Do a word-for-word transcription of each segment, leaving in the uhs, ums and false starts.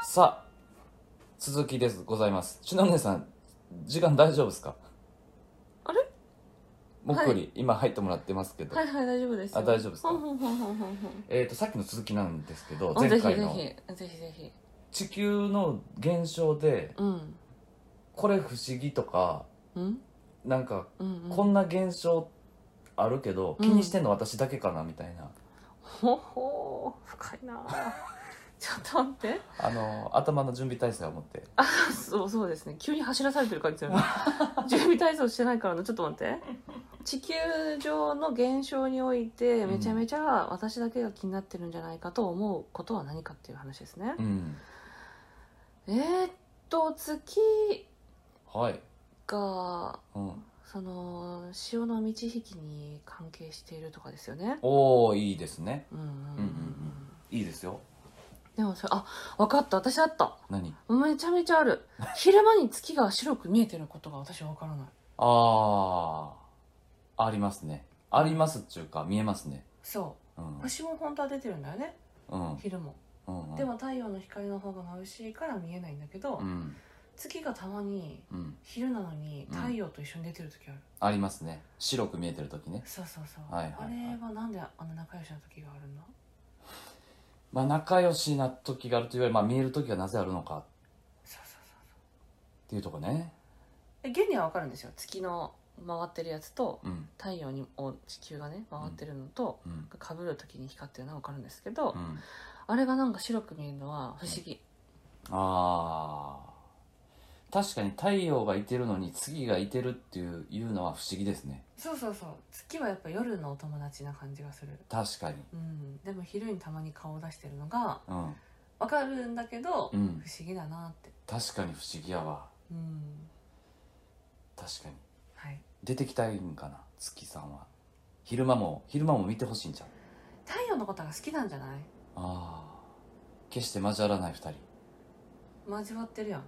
さあ続きですございます。しのねさん時間大丈夫ですか？ あれもっくり、 はい、 今入ってもらってますけど。 はいはい大丈夫ですよ。 あ、大丈夫ですか？ ほんほんほんほんほんほん。 えーとさっきの続きなんですけど、 あ前回のぜひぜひぜひぜひ。 地球の現象でうんこれ不思議とかうんなんかうんうん。 こんな現象あるけど、 うん気にしてんの私だけかなみたいな、 ほほー深いなちょっと待って。 あの頭の準備体制を持って。 あそうそうですね、急に走らされてる感じだよね準備体操してないからな。ちょっと待って。地球上の現象においてめちゃめちゃ私だけが気になってるんじゃないかと思うことは何かっていう話ですね。 うんえー、っと月はいがうんその潮の満ち引きに関係しているとかですよね。 おおいいですね。 うんうんうん、うん、 うんうんうんいいですよ。 でもそれあ分かった。私あった。 何？ めちゃめちゃある。昼間に月が白く見えてることが私は分からない。 ああありますね。ありますっちゅうか見えますね。 そう、 うん星も本当は出てるんだよね、 うん昼も、 うんうん、 でも太陽の光の方が眩しいから見えないんだけど、 うん、 月がたまにうん、 昼なのに太陽と一緒に出てる時ある、 ありますね。白く見えてる時ね。 そうそうそう、 はいはいはい、 あれはなんであの仲良しな時があるの？ まあ仲良しな時があるというより、まあ、見える時がなぜあるのかそうそうそうっていうとこね。 そう。原理は分かるんですよ。月の回ってるやつと、 うん太陽にを地球がね回ってるのと、 うんかぶる時に光ってるのは分かるんですけど、 うん、 あれがなんか白く見えるのは不思議、 ああ確かに太陽がいてるのに月がいてるっていういうのは不思議ですね。 そうそうそう。月はやっぱ夜のお友達な感じがする。 確かに。 うん、でも昼にたまに顔を出してるのがうん分かるんだけど、 うん不思議だなって。 確かに不思議やわ。 うん確かにはい。 出てきたいんかな月さんは。昼間も昼間も見てほしいんじゃん。 太陽のことが好きなんじゃない？ ああ決して交わらない二人。 交わってるやん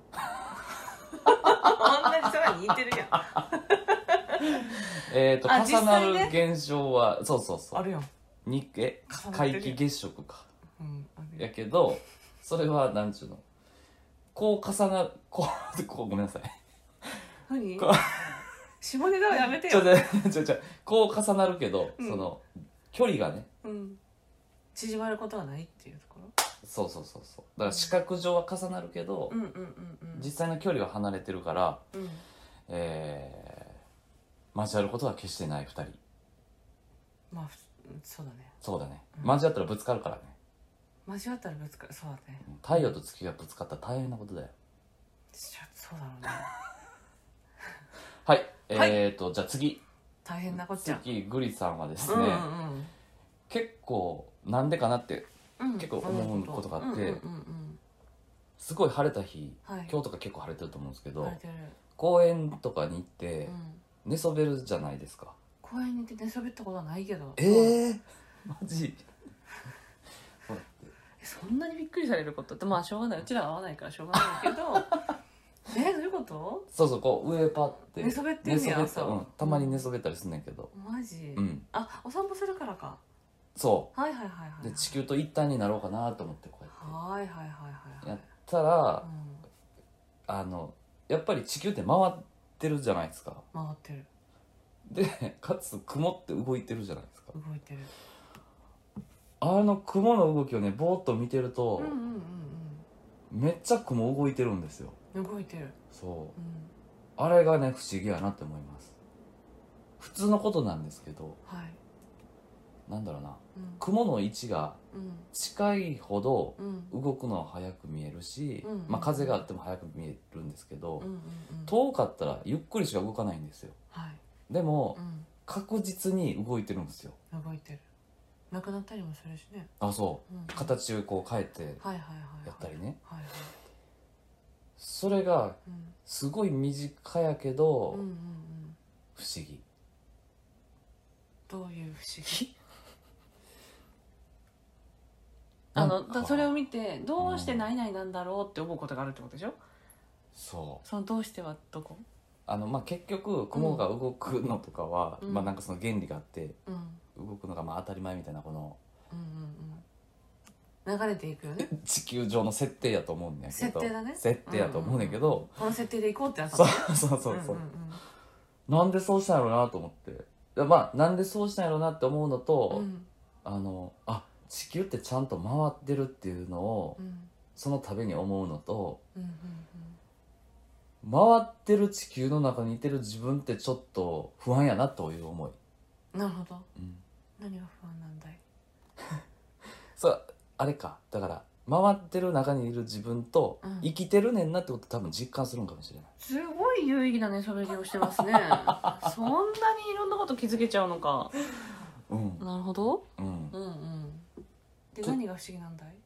同じ空に似てるやんえっとあ重なる実際ね現象はそうそうそうあるやん。 にえ重なってるやん皆既月食かうんあるやん。 やけどそれはなんちゅうのこう重なるこうこうごめんなさい何こう下ネタはやめてちょよ。 ちょちょこう重なるけど、 うんその距離がねうん縮まることはないっていうところ。 そうそうそうそうだから視覚上は重なるけど、 うんうんうんうん実際の距離は離れてるから、 うんえー、交わることは決してないふたり。 まあふそうだね。 そうだね、 うん交わったらぶつかるからね。 交わったらぶつかる。そうだね。 太陽と月がぶつかったら大変なことだよ。 じゃそうだろうねはい、 はいえーとじゃあ次大変なこっちゃ。 次グリさんはですね、 うんうん結構なんでかなってうん、 結構思うことがあってうんうんうんうんすごい晴れた日、 はい、 今日とか結構晴れてると思うんですけど、 晴れてる、 公園とかに行ってうん、 寝そべるじゃないですか。 公園に行って寝そべったことはないけど。 えー、マジえそんなにびっくりされることってまあしょうがない。うちらは合わないからしょうがないけどえどういうこと？ そうそうこう上パッて寝そべってんねや。 寝そべった、 そううん、たまに寝そべったりすんねんけど、 マジ、 うんあお散歩するからか。 そはいはいはいはういで地球と一体になろうかなと思ってこうやってはいはいはいはいはいやったら、 うん、 あのやっぱり地球って回ってるじゃないですか。 回ってる。 でかつ雲って動いてるじゃないですか。 動いてる。 あの雲の動きをねぼーっと見てると、 うんうんうんめっちゃ雲動いてるんですよ。 うん動いてる。 そううんあれがね不思議やなって思います。普通のことなんですけど、 はいなんだろうな、 うん雲の位置がうん近いほどうん動くのは速く見えるし、 うんまあ、風があっても速く見えるんですけど、 うんうんうん遠かったらゆっくりしか動かないんですよ。 はいでもうん確実に動いてるんですよ。 動いてる。なくなったりもするしね。 あそうんうんう形をこう変えてはいはいはいはいやったりね。 はいはいそれがうんすごい身近やけどうんうんうん不思議。 どういう不思議なあんかのだそれを見てどうして何々なんだろうって思うことがあるってことでしょ。 そうそのどうしてはどこ？ あの、まあ、結局雲が動くのとかは、 うんまあ、なんかその原理があってうん動くのがまあ当たり前みたいなこのうんうん流れていくよね。 地球上の設定やと思うんだけど、 設定だね設定やと思うんだけど、 この設定でいこうってやつそうだね。 そうそうそう、 うんうんうんなんでそうしたんやろうなと思って、まあなんでそうしたんやろうなって思うのと、 うんあのあ地球ってちゃんと回ってるっていうのを、 うんその度に思うのと、 うんうん回ってる地球の中にいてる自分ってちょっと不安やなという思い、 うんなるほど。 うん、 何が不安なんだい。 そうあれか、だから回ってる中にいる自分とうん生きてるねんなってこと多分実感するんかもしれない、 すごい有意義な寝そべりをしてますね。そんなにいろんなこと気づけちゃうのか。 うんなるほど。 うんうんうんで、 ちょ何が不思議なんだい。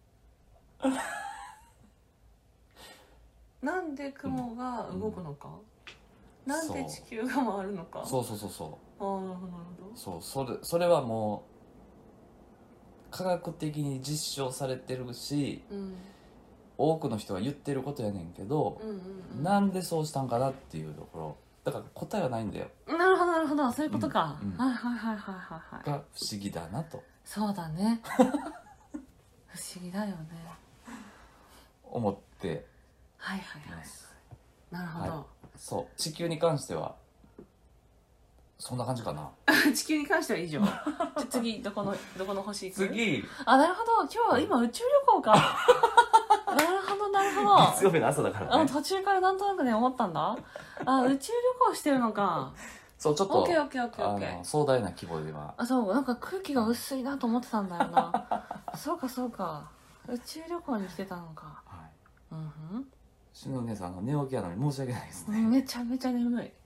なんで雲が動くのか、なんで地球が回るのか。 そうそうそうそああ、なるほどなるほうそう、それそれはもう科学的に実証されてるし、 ど。うん多くの人が言ってることやねんけどう、んうんうん。 なんでそうしたんかなっていうところだから答えはないんだよ、 なるほどなるほど、そういうことか。 うんうんはいはいはいはいはいはい。 が不思議だなとそうだね。不思議だよね。 思ってはいはいはいま。す。 なるほど。 はそう地球に関してはそんな感じかな。 地球に関しては以上。じゃあ次どこのどこの星行く？ 次あ、なるほど。今日は今宇宙旅行か。なるほどなるほど。 月曜日の朝だからね。 あ、途中からなんとなくね思ったんだ。あ、宇宙旅行してるのか。 そうちょっとオッケーオッケーオッケーオッケーあの壮大な規模ではあ、そう、なんか空気が薄いなと思ってたんだよな。そうかそうか。宇宙旅行に来てたのか。 はいうんしのお姉さんあの寝起きやのに申し訳ないですふん。 ね。 めちゃめちゃ眠い。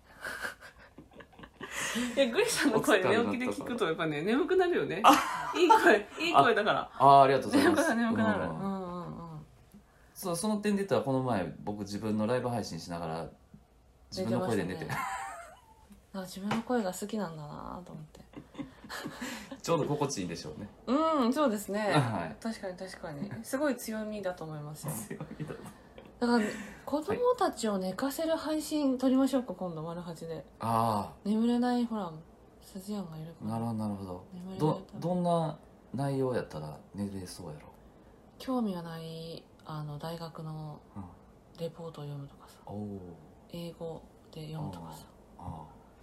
いや、グリさんの声寝起きで聞くとやっぱね眠くなるよね。いい声、いい声だから。 ああありがとうございます。 眠くなる眠くなる。ううんんうんうん。 そうその点で言ったらこの前僕自分のライブ配信しながら自分の声で寝て寝てましたねなんか自分の声が好きなんだなと思って。 ちょうど心地いいんでしょうね。 うん、そうですね。 はい確かに確かに。すごい強みだと思いますよ。 強いだだから、子供たちを寝かせる配信撮りましょうか、今度、丸八で。 あ眠れない、ほら、すずやんがいるから。 あなるほどなるほど。 眠れないどどんな内容やったら寝れそうやろ。 興味がない、あの、大学のうん、 レポートを読むとかさ。 おお英語で読むとかさ。 ああ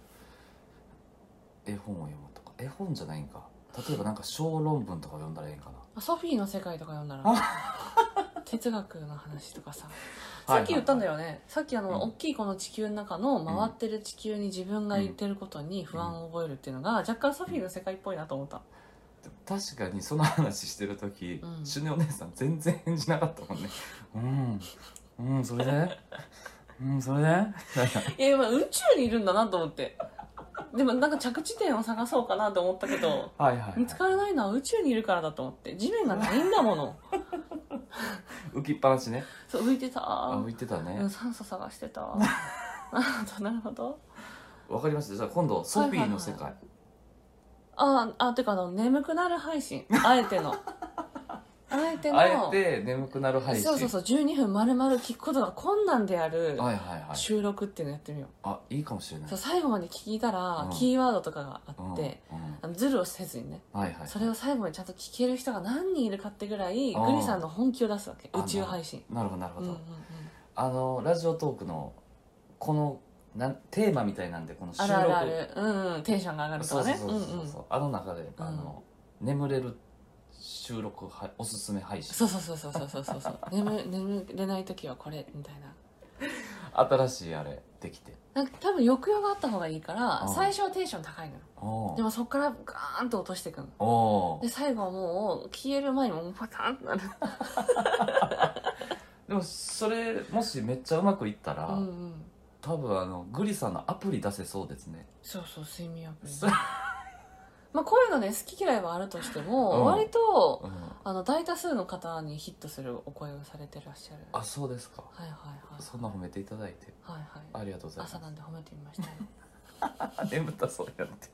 絵本を読むとか絵本じゃないんか。例えばなんか小論文とか読んだらええんかな。 あソフィーの世界とか読んだら。哲学の話とかさ。 はいさっき言ったんだよね。さっきあの、 うん大きいこの地球の中の回ってる地球に自分がいてることに不安を覚えるっていうのが、若干ソフィーの世界っぽいなと思った。 でも確かにその話してる時、 うんしゅねお姉さん全然返事なかったもんね。うんうんそれでうんそれでなんかいや、今宇宙にいるんだなと思って。でもなんか着地点を探そうかなと思ったけど、 はいはい、はい、 見つからないのは宇宙にいるからだと思って。地面がないんだもの。 浮きっぱなしね。 そう、浮いてた。 あ浮いてたね。 うん、酸素探してた。なるほど、なるほど。 わかりました。じゃあ今度ソフィーの世界、 はいあ、あ、てかあの、眠くなる配信。あえての。あえての。 あえて眠くなる配信。 そうそうそう、じゅうにふん丸々聞くことが困難であるはいはいはい。 収録っていうのやってみよう。 あいいかもしれない。 そう、最後まで聞いたら、 うんキーワードとかがあうんって、 うんあのズルをせずにね。 はいはい。 それを最後にちゃんと聞ける人が何人いるかってぐらい、 あーグリさんの本気を出すわけ。 あ宇宙配信。 なるほどなるほど。 うんうんうん。 あのラジオトークのこのなんテーマみたいなんでこの収あ録るあるある。うんうん。テンションが上がるとかね。 そうそうそうそうそう、あの中で、あの眠れる収録はおすすめ配信そうそうそうそうそうそうそうそう眠眠れない時はこれみたいな。 新しいあれできてなんか多分抑揚があった方がいいからうん最初はテンション高いのよ。 おでもそこからガーンと落としていくの。 おで最後はもう消える前にもうパターンとなる。 でもそれもしめっちゃうまくいったら、 うんうん多分あのグリさんのアプリ出せそうですね。 そうそう睡眠アプリ。 そまあこういうのね好き嫌いはあるとしても、 うん割とうん、 あの大多数の方にヒットするお声をされてらっしゃる。 あそうですか。 はいはいはいそんな褒めていただいてはいはい。 ありがとうございます。 朝なんで褒めてみましたよ。 眠たそうやって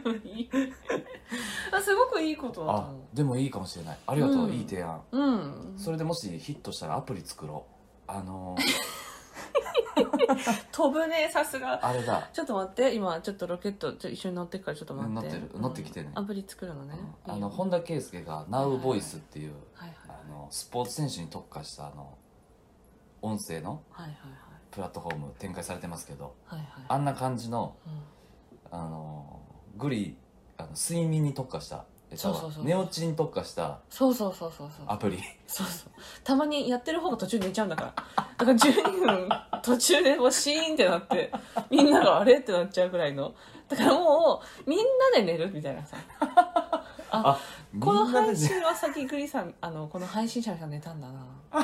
あすごくいいことだとあ思でもいいかもしれない。ありがとう、 うんいい提案。 う。うん。 それでもしヒットしたらアプリ作ろう。あのー飛ぶね、さすが。 あれだ。 ちょっと待って、今ちょっとロケットちょ一緒に乗ってくからちょっと待って。 乗ってる乗ってきてねうんアプリ作るのね。 あの本田圭佑が ナウボイスっていう、 はいはいあのスポーツ選手に特化したあの音声のはいはいプラットフォーム展開されてますけど、 はいはいはい。 あんな感じのうんあのグリあの睡眠に特化したえそうそうそう寝落ちに特化したそうそうそうそうそう。 アプリそうそう。たまにやってる方が途中で寝ちゃうんだから。だからじゅうにふん途中でもうシーンってなって、みんながあれってなっちゃうぐらいの。だからもう、みんなで寝るみたいなさ。あ、 あこのみんなでね配信は先グリさん、あの、この配信者の人寝たんだな。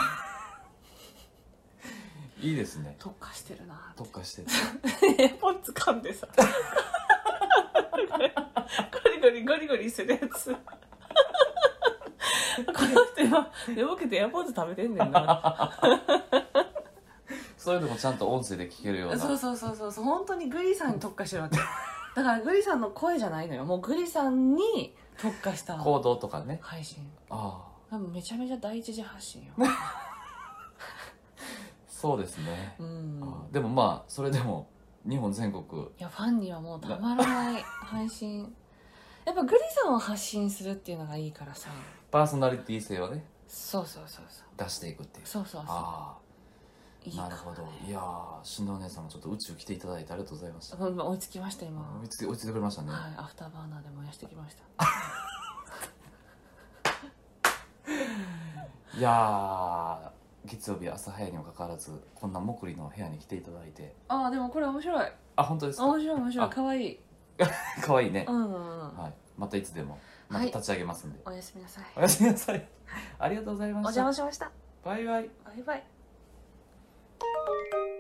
いいですね特化してるな。 特化してるエアポッツ噛んでさ。ゴリゴリゴリゴリするやつ。この人今寝ぼけてエアポッツ食べてんねんな。 そういうのもちゃんと音声で聞けるようなそうそうそうそうそう、本当にグリさんに特化してるわけ。だからグリさんの声じゃないのよ。もうグリさんに特化した行動とかね配信。 ああ多分めちゃめちゃ第一次発信よ。 そうですね、 うん。 ああでもまあそれでも日本全国いやファンにはもうたまらない配信。やっぱグリさんを発信するっていうのがいいからさ。 パーソナリティ性をねそうそうそうそう。 出していくっていうそうそうそう。 あいいかもねあなるほどいやー新郎姉さんもちょっと宇宙来ていただいてありがとうございましたうん追いつきました今。 追いついて追いついてくれましたね、 はい、アフターバーナーで燃やしてきました。 いやー月曜日朝早いにもかかわらずこんなもくりの部屋に来ていただいてああでもこれ面白い。 あ本当ですか面白い面白い。 あかわいい。 かわいいね、 うんうんうん。 はい、またいつでもまた立ち上げますんで、 おやすみなさい。 おやすみなさいありがとうございまおした邪魔しました。 バイバイバイバイ。